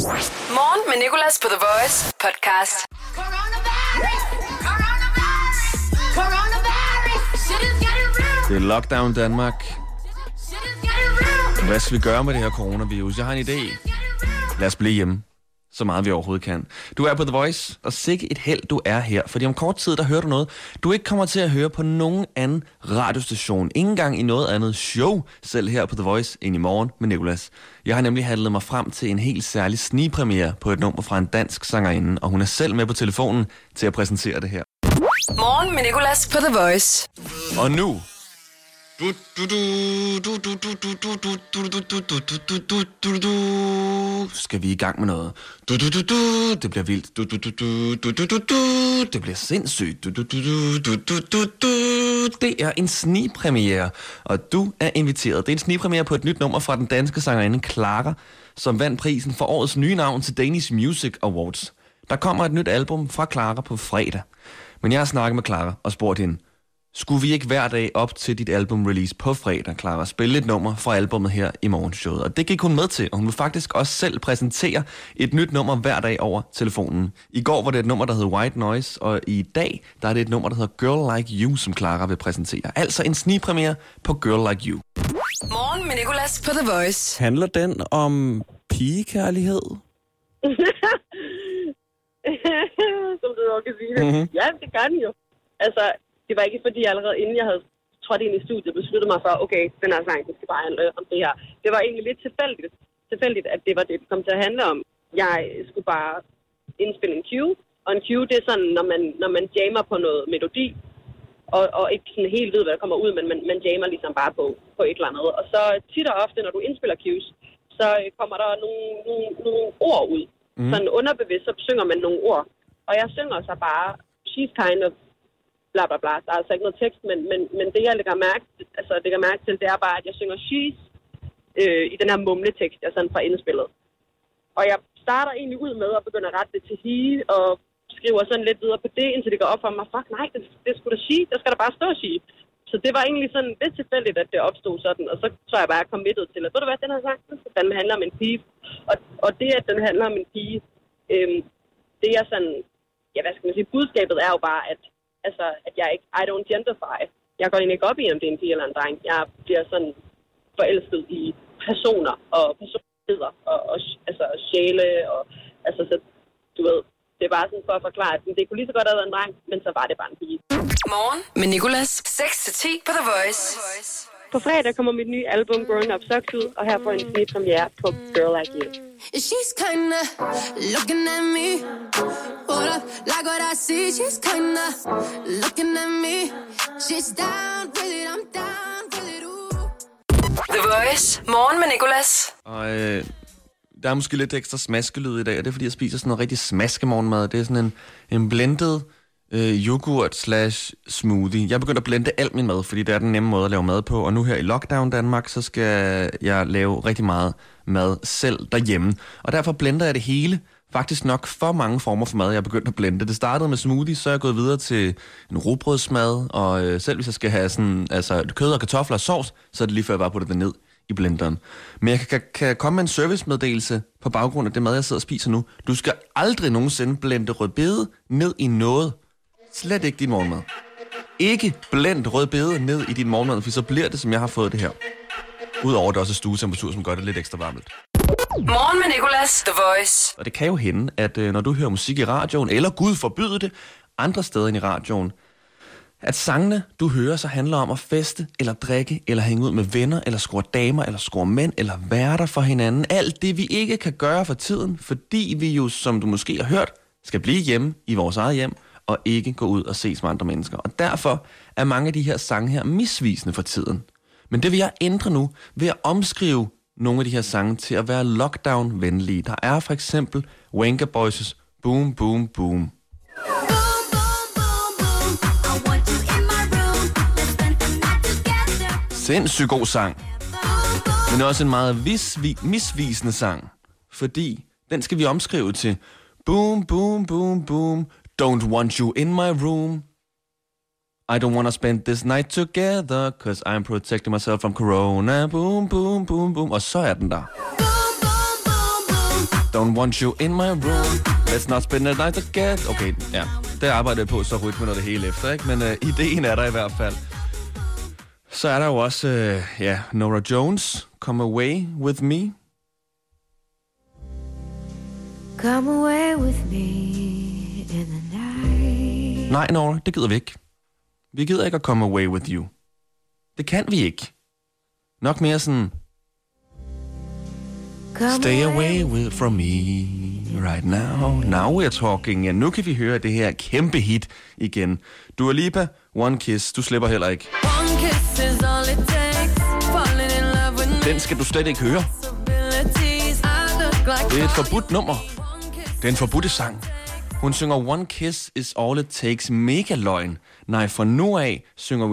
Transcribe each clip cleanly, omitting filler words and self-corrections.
Morgen med Nicolas på The Voice podcast. Det er lockdown Danmark. Hvad skal vi gøre med det her coronavirus? Jeg har en idé. Lad os blive hjemme. Så meget vi overhovedet kan. Du er på The Voice, og sikke et held du er her. Fordi om kort tid, der hører du noget, du ikke kommer til at høre på nogen anden radiostation. Ingen gang i noget andet show, selv her på The Voice, end i morgen med Nicolas. Jeg har nemlig handlet mig frem til en helt særlig snigpremiere på et nummer fra en dansk sangerinde, og hun er selv med på telefonen til at præsentere det her. Morgen med Nicolas på The Voice. Og nu... skal vi i gang med noget. Det bliver vildt. Det bliver sindssygt. Det er en snigpremiere, og du er inviteret. Det er en snigpremiere på et nyt nummer fra den danske sangerinde Clara, som vandt prisen for årets nye navn til Danish Music Awards. Der kommer et nyt album fra Clara på fredag. Men jeg har snakket med Clara og spurgt hende, skulle vi ikke hver dag op til dit album-release på fredag, Clara, spille et nummer fra albumet her i morgenshowet? Og det gik hun med til, og hun vil faktisk også selv præsentere et nyt nummer hver dag over telefonen. I går var det et nummer, der hed White Noise, og i dag der er det et nummer, der hedder Girl Like You, som Clara vil præsentere. Altså en snigpremiere på Girl Like You. Morgen med Nicolas på The Voice. Handler den om pigekærlighed? Som du nok kan sige det. Mm-hmm. Ja, det gør den jo. Altså... Det var ikke fordi, jeg allerede inden jeg havde trådt ind i studiet, besluttede mig for, okay, den her sang, det skal bare handle om det her. Det var egentlig lidt tilfældigt, at det var det kom til at handle om. Jeg skulle bare indspille en cue, og en cue, det er sådan, når man jammer på noget melodi, og ikke sådan helt ved, hvad der kommer ud, men man jammer ligesom bare på et eller andet. Og så tit og ofte, når du indspiller cues, så kommer der nogle ord ud. Sådan underbevidst, så synger man nogle ord. Og jeg synger så bare, she's kind of bla bla bla. Der er altså ikke noget tekst, men det jeg lægger mærke til, det er bare, at jeg synger she's i den her mumletekst, jeg sådan fra indspillet. Og jeg starter egentlig ud med at begynde at rette det til he, og skriver sådan lidt videre på det, indtil det går op for mig, fuck nej, det skulle da she, der skal der bare stå she. Så det var egentlig sådan lidt tilfældigt, at det opstod sådan, og så tror jeg bare, at jeg committed til, at ved du hvad, den her sang, den skal handle om en pige. Og det, at den handler om en pige, det er sådan, ja hvad skal man sige, budskabet er jo bare, at jeg ikke, I don't genderfy. Jeg går egentlig ikke op i, om det er en pige eller en dreng. Jeg bliver sådan forelsket i personer og personligheder og altså sjæle og altså så du ved, det er bare sådan for at forklare, at det kunne lige så godt have været en dreng, men så var det bare en pige. Morgen med Nicolas 6-10 på The Voice. På fredag kommer mit nye album Growing Up Sucks ud, og her får en ny premiere på Girl Like You. She's kinda looking at me. Hold up, like what I see. She's kinda looking at me. She's down with it, I'm down with it, ooh. The Voice. Morgen med Nicolas. Og der er måske lidt ekstra smaskelyd i dag, og det er fordi, jeg spiser sådan noget rigtig smaskemorgenmad. Det er sådan en blendet yoghurt/smoothie. Jeg begyndte at blende alt min mad, fordi det er den nemme måde at lave mad på. Og nu her i lockdown Danmark, så skal jeg lave rigtig meget mad selv derhjemme. Og derfor blender jeg det hele. Faktisk nok for mange former for mad, jeg er begyndt at blende. Det startede med smoothie, så er jeg gået videre til en rugbrødsmad. Og selv hvis jeg skal have sådan, altså kød og kartofler og sovs, så er det lige før jeg bare putter det ned i blenderen. Men jeg kan komme med en servicemeddelelse på baggrund af det mad, jeg sidder og spiser nu. Du skal aldrig nogensinde blende rødbede ned i noget. Slet ikke din morgenmad. Ikke blend rødbede ned i din morgenmad, for så bliver det, som jeg har fået det her. Udover det også er stuetemperatur, som gør det lidt ekstra varmt. Morgen med Nicolas, The Voice. Og det kan jo hende, at når du hører musik i radioen, eller Gud forbyde det, andre steder end i radioen, at sangene, du hører, så handler om at feste, eller drikke, eller hænge ud med venner, eller score damer, eller score mænd, eller være der for hinanden. Alt det, vi ikke kan gøre for tiden, fordi vi jo, som du måske har hørt, skal blive hjemme i vores eget hjem, og ikke gå ud og ses med andre mennesker. Og derfor er mange af de her sange her misvisende for tiden. Men det vil jeg ændre nu ved at omskrive nogle af de her sange til at være lockdown-venlige. Der er for eksempel Venga Boys' Boom Boom Boom. Sindssygt god sang. Men også en meget misvisende sang. Fordi den skal vi omskrive til Boom Boom Boom Boom. Don't want you in my room. I don't wanna spend this night together, 'cause I'm protecting myself from corona. Boom, boom, boom, boom. Og så er den der. Don't want you in my room. Let's not spend the night together. Okay, ja. Det arbejder jeg på, så rytmen og det hele efter, ikke? Men ideen er der i hvert fald. Så er der jo også, Norah Jones, Come Away With Me. Come away with me in the night. Nej, Norah, det gider vi ikke. Vi gider ikke at come away with you. Det kan vi ikke. Nok mere sådan... Stay away from me right now. Now we're talking. Ja, nu kan vi høre det her kæmpe hit igen. Dua Lipa, One Kiss. Du slipper heller ikke. Den skal du slet ikke høre. Det er et forbudt nummer. Det er en forbudte sang. Hun synger One Kiss is all it takes. Mega løgn. Nej, fra nu af synger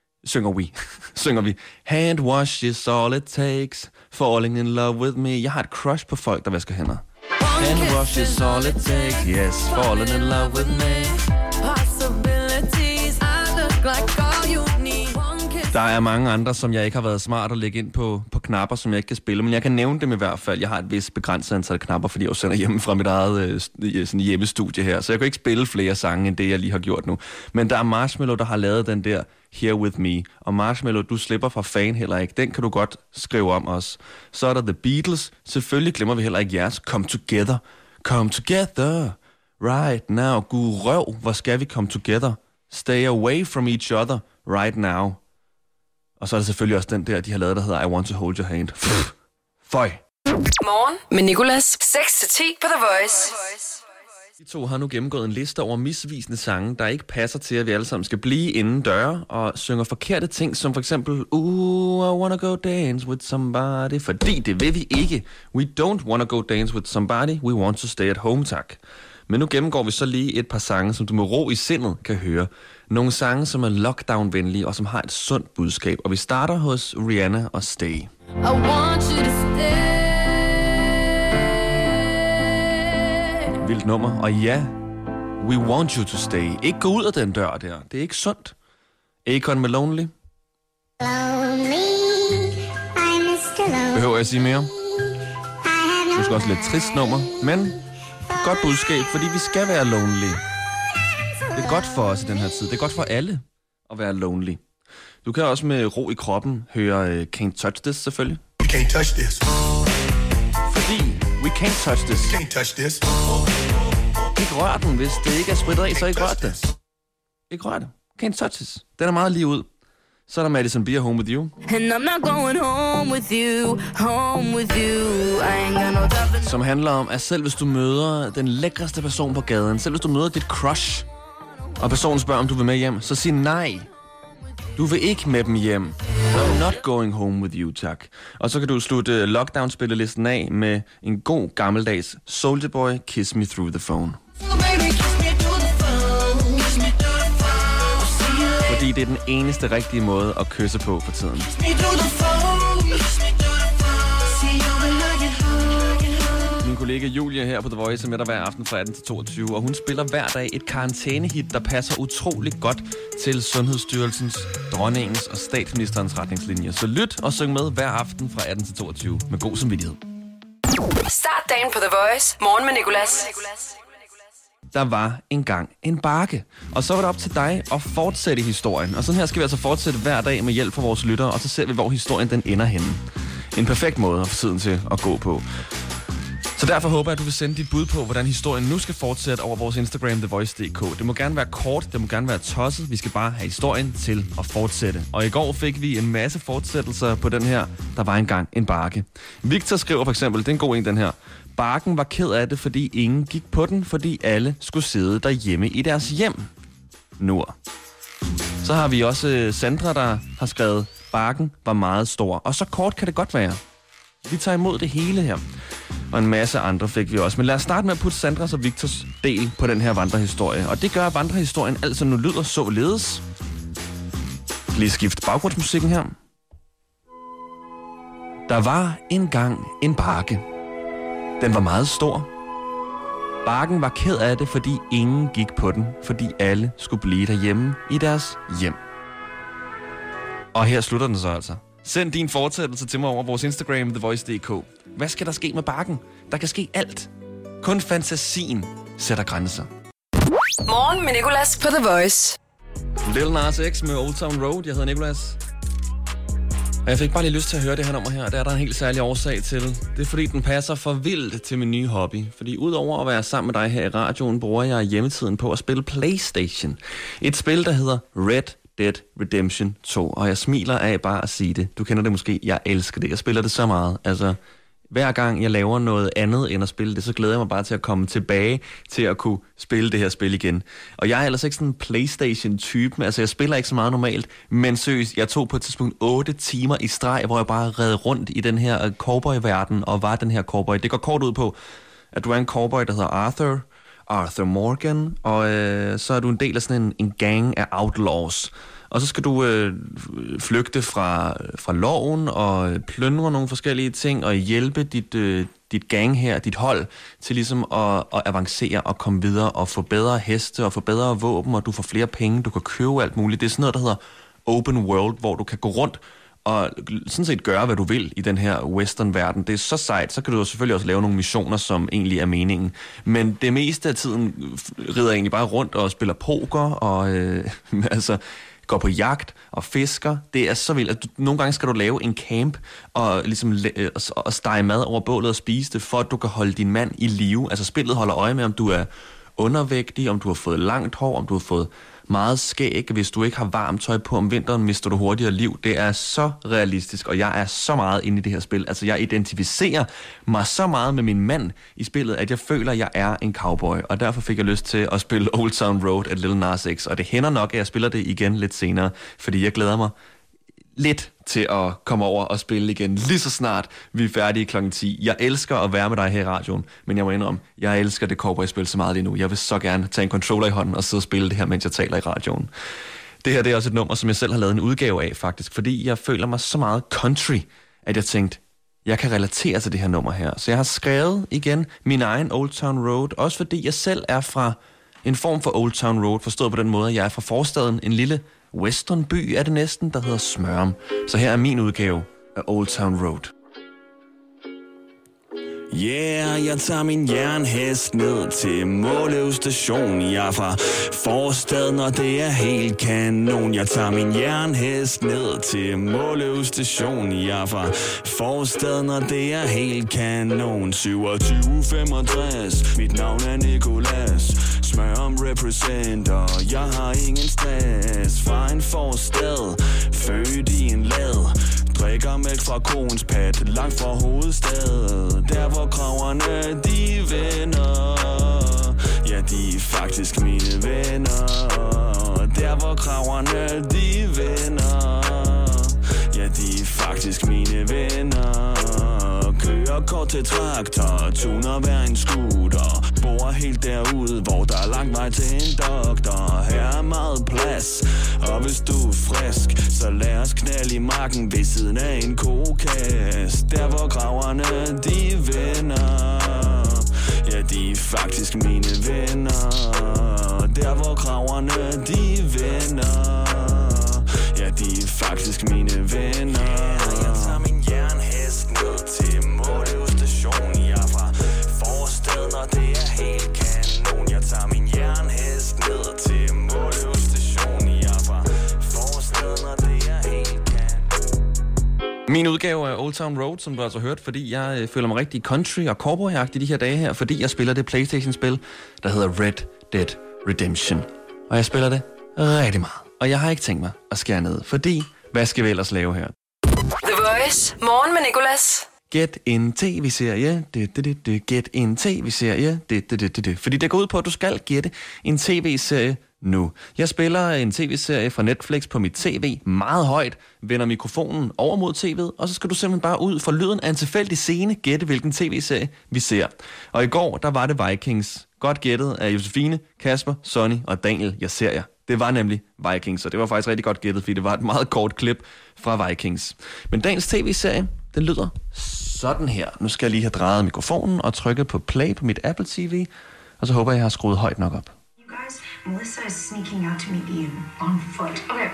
vi Hand wash is all it takes. Falling in love with me. Jeg har et crush på folk, der vasker hænder. Hand wash is all it takes. Yes, falling in love with me. Possibilities, I look like all you need. Der er mange andre, som jeg ikke har været smart at lægge ind på knapper, som jeg ikke kan spille, men jeg kan nævne dem i hvert fald. Jeg har et vist begrænset antal knapper, fordi jeg jo sender hjemme fra mit eget sådan hjemmestudie her, så jeg kan ikke spille flere sange, end det jeg lige har gjort nu. Men der er Marshmello, der har lavet den der Here With Me, og Marshmello, du slipper fra fan heller ikke. Den kan du godt skrive om os. Så er der The Beatles. Selvfølgelig glemmer vi heller ikke jeres Come Together. Come Together right now. Gud røv, hvor skal vi come together? Stay away from each other right now. Og så er der selvfølgelig også den der, de har lavet, der hedder I Want to Hold Your Hand. Føj. Morgen med Nicolas. 6-10 på The Voice. De to har nu gennemgået en liste over misvisende sange, der ikke passer til, at vi alle sammen skal blive inden døre og synger forkerte ting, som for eksempel I wanna go dance with somebody, fordi det vil vi ikke. We don't wanna go dance with somebody, we want to stay at home, tak. Men nu gennemgår vi så lige et par sange, som du med ro i sindet kan høre. Nogle sange, som er lockdown-venlige og som har et sundt budskab. Og vi starter hos Rihanna og Stay. I want you to stay. Vildt nummer. Og ja, we want you to stay. Ikke gå ud af den dør der. Det er ikke sundt. Akon med Lonely. Behøver jeg at sige mere? Du skal også lidt trist nummer, men godt budskab, fordi vi skal være lonely. Det er godt for os i den her tid. Det er godt for alle at være lonely. Du kan også med ro i kroppen høre Can't Touch This, selvfølgelig. Can't touch this. Fordi we can't touch this. Can't touch this. Ikke rør den, hvis det ikke er spritet af, så ikke rør det. Ikke rør det. Can't touch this. Den er meget lige ud. Så er der Madison Beer, Home With You. And I'm not going home with you, home with you. I ain't got no time. Som handler om, at selv hvis du møder den lækreste person på gaden, selv hvis du møder dit crush, og personen spørger, om du vil med hjem, så sig nej. Du vil ikke med dem hjem. I'm not going home with you, tak. Og så kan du slutte lockdown-spillelisten af med en god gammeldags Soulja Boy, Kiss Me Through the Phone. Fordi det er den eneste rigtige måde at kysse på for tiden. Min kollega Julia her på The Voice er med dig hver aften fra 18 til 22, og hun spiller hver dag et karantænehit, der passer utroligt godt til Sundhedsstyrelsens, dronningens og statsministerens retningslinjer. Så lyt og syng med hver aften fra 18 til 22 med god samvittighed. Start dagen på The Voice. Morgen med Nicolas. Der var engang en bakke. Og så var det op til dig at fortsætte historien. Og sådan her skal vi altså fortsætte hver dag med hjælp fra vores lyttere, og så ser vi, hvor historien den ender henne. En perfekt måde at få tiden til at gå på. Så derfor håber jeg, at du vil sende dit bud på, hvordan historien nu skal fortsætte over vores Instagram, TheVoice.dk. Det må gerne være kort, det må gerne være tosset. Vi skal bare have historien til at fortsætte. Og i går fik vi en masse fortsættelser på den her. Der var engang en bakke. Victor skriver for eksempel, det er en god en den her. Barken var ked af det, fordi ingen gik på den, fordi alle skulle sidde derhjemme i deres hjem. Nord. Så har vi også Sandra, der har skrevet, barken var meget stor. Og så kort kan det godt være. Vi tager imod det hele her. Og en masse andre fik vi også. Men lad os starte med at putte Sandras og Victors del på den her vandrehistorie. Og det gør, at vandrehistorien altså nu lyder således. Lige skift baggrundsmusikken her. Der var engang en bakke. Den var meget stor. Barken var ked af det, fordi ingen gik på den, fordi alle skulle blive derhjemme i deres hjem. Og her slutter den så altså. Send din fortsættelse til mig over vores Instagram, TheVoice.dk. Hvad skal der ske med barken? Der kan ske alt. Kun fantasien sætter grænser. Morgen med Nicolas på The Voice. Lil Nas X med Old Town Road. Jeg hedder Nicolas. Og jeg fik bare lige lyst til at høre det her nummer her. Det er der en helt særlig årsag til. Det er fordi, den passer for vildt til min nye hobby. Fordi udover at være sammen med dig her i radioen, bruger jeg hjemmetiden på at spille PlayStation. Et spil, der hedder Red Dead Redemption 2. Og jeg smiler af bare at sige det. Du kender det måske. Jeg elsker det. Jeg spiller det så meget. Altså, hver gang jeg laver noget andet end at spille det, så glæder jeg mig bare til at komme tilbage til at kunne spille det her spil igen. Og jeg er ellers ikke sådan en PlayStation-type. Altså, jeg spiller ikke så meget normalt, men seriøst, jeg tog på et tidspunkt 8 timer i streg, hvor jeg bare red rundt i den her cowboy-verden og var den her cowboy. Det går kort ud på, at du er en cowboy, der hedder Arthur Morgan, og så er du en del af sådan en gang af outlaws. Og så skal du flygte fra loven og plyndre nogle forskellige ting og hjælpe dit gang her, dit hold, til ligesom at avancere og komme videre og få bedre heste og få bedre våben, og du får flere penge, du kan købe alt muligt. Det er sådan noget, der hedder open world, hvor du kan gå rundt og sådan set gøre, hvad du vil i den her western-verden. Det er så sejt. Så kan du jo selvfølgelig også lave nogle missioner, som egentlig er meningen. Men det meste af tiden rider egentlig bare rundt og spiller poker og altså går på jagt og fisker. Det er så vildt, at nogle gange skal du lave en camp og ligesom og stege mad over bålet og spise det, for at du kan holde din mand i live. Altså spillet holder øje med, om du er undervægtig, om du har fået langt hår, om du har fået meget skæg. Hvis du ikke har varmt tøj på om vinteren, mister du hurtigere liv. Det er så realistisk, og jeg er så meget inde i det her spil. Altså, jeg identificerer mig så meget med min mand i spillet, at jeg føler, at jeg er en cowboy. Og derfor fik jeg lyst til at spille Old Town Road af Lil Nas X. Og det hænder nok, at jeg spiller det igen lidt senere, fordi jeg glæder mig lidt til at komme over og spille igen, lige så snart vi er færdige kl. 10. Jeg elsker at være med dig her i radioen, men jeg må indrømme, jeg elsker det cowboy-spil så meget lige nu. Jeg vil så gerne tage en controller i hånden og sidde og spille det her, mens jeg taler i radioen. Det her, det er også et nummer, som jeg selv har lavet en udgave af, faktisk, fordi jeg føler mig så meget country, at jeg tænkte, jeg kan relatere til det her nummer her. Så jeg har skrevet igen min egen Old Town Road, også fordi jeg selv er fra en form for Old Town Road, forstået på den måde, at jeg er fra forstaden, en lille westernby er det næsten, der hedder Smørum. Så her er min udgave af Old Town Road. Yeah, jeg tager min jernhest ned til Måløv station. Jeg er fra forstaden, og det er helt kanon. Jeg tager min jernhest ned til Måløv station. Jeg er fra forstaden, og det er helt kanon. 2765, mit navn er Nicolas. Smørum representer, jeg har ingen stress. Fra en forstad, født i en lad. Drikker mælk fra koens pat, langt fra hovedstaden. Der hvor kraverne de venner. Ja, de er faktisk mine venner. Der hvor kraverne de venner. Ja, de er faktisk mine venner. Kører kort til traktor, tuner hver en scooter. Bor helt derude, hvor der er lang vej til en doktor. Her er meget plads, og hvis du er frisk, så lad os knalde i marken ved siden af en kokas. Der hvor kraverne de venner. Ja, de er faktisk mine venner. Der hvor kraverne de venner. Ja, de er faktisk mine venner. Jeg tager min jernhest ned til Måløv station. Jeg er fra forstaden, og det er helt kanon. Jeg tager min jernhest ned til Måløv station. Jeg er fra forstaden, og det er helt kanon. Min udgave af Old Town Road, som du altså hørt, fordi jeg føler mig rigtig country og cowboy-agtig de her dage her, fordi jeg spiller det PlayStation-spil, der hedder Red Dead Redemption. Og jeg spiller det rigtig meget. Og jeg har ikke tænkt mig at skære ned, fordi hvad skal vi ellers lave her? The Voice. Morgen med Nicolas. Gæt en tv-serie. Gæt en tv-serie. Fordi det går ud på, at du skal gætte en tv-serie nu. Jeg spiller en tv-serie fra Netflix på mit tv meget højt, vender mikrofonen over mod tv'et, og så skal du simpelthen bare ud for lyden af en tilfældig scene gætte, hvilken tv-serie vi ser. Og i går, der var det Vikings. Godt gættet af Josefine, Kasper, Sonny og Daniel. Jeg ser jer. Det var nemlig Vikings, og det var faktisk rigtig godt gættet, fordi det var et meget kort klip fra Vikings. Men dagens tv-serie, den lyder sådan her. Nu skal jeg lige have drejet mikrofonen og trykket på play på mit Apple TV, og så håber jeg har skruet højt nok op. You guys, Melissa is sneaking out to meet Ian on foot. Okay,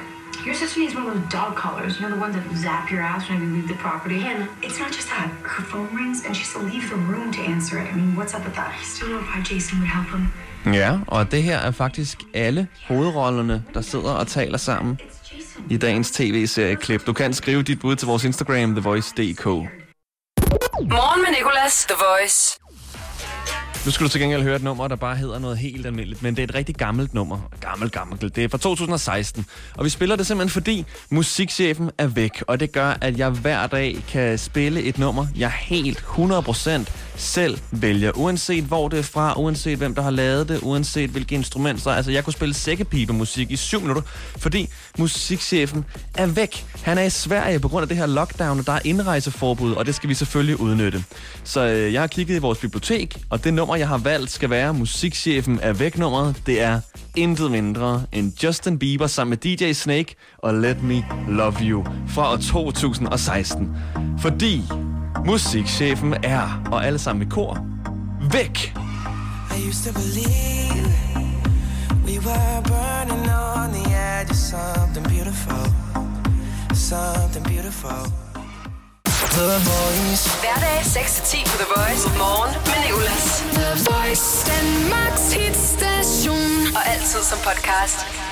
Your sister needs one of those dog collars, you know, the ones that zap your ass when you leave the property. Hannah, it's not just that. Her phone rings, and she has to leave the room to answer it. I mean, what's up with that? I still don't know why Jason would help him. Ja, og det her er faktisk alle hovedrollerne, der sidder og taler sammen i dagens tv-serieklip. Du kan skrive dit bud til vores Instagram, TheVoice.dk. Morgen med Nicolas, The Voice. Nu skal du til gengæld høre et nummer, der bare hedder noget helt almindeligt, men det er et rigtig gammelt nummer. Gammelt. Det er fra 2016, og vi spiller det simpelthen fordi musikchefen er væk, og det gør, at jeg hver dag kan spille et nummer, jeg helt 100% selv vælger, uanset hvor det er fra, uanset hvem der har lavet det, uanset hvilke instrumenter. Altså, jeg kunne spille sækkepibemusik i 7 minutter, fordi musikchefen er væk. Han er i Sverige på grund af det her lockdown, og der er indrejseforbud, og det skal vi selvfølgelig udnytte. Så jeg har kigget i vores bibliotek, og det nummer, jeg har valgt, skal være musikchefen er væk-nummeret. Det er intet mindre end Justin Bieber sammen med DJ Snake og Let Me Love You fra år 2016. Fordi musikchefen er, og alle sammen i kor, væk. I used to believe we were burning on the edge of something beautiful, something beautiful. The Voice. Hverdag 6-10 på The Voice. Morgen med Nicolas. The Voice, Danmarks hitstation. Og altid som podcast.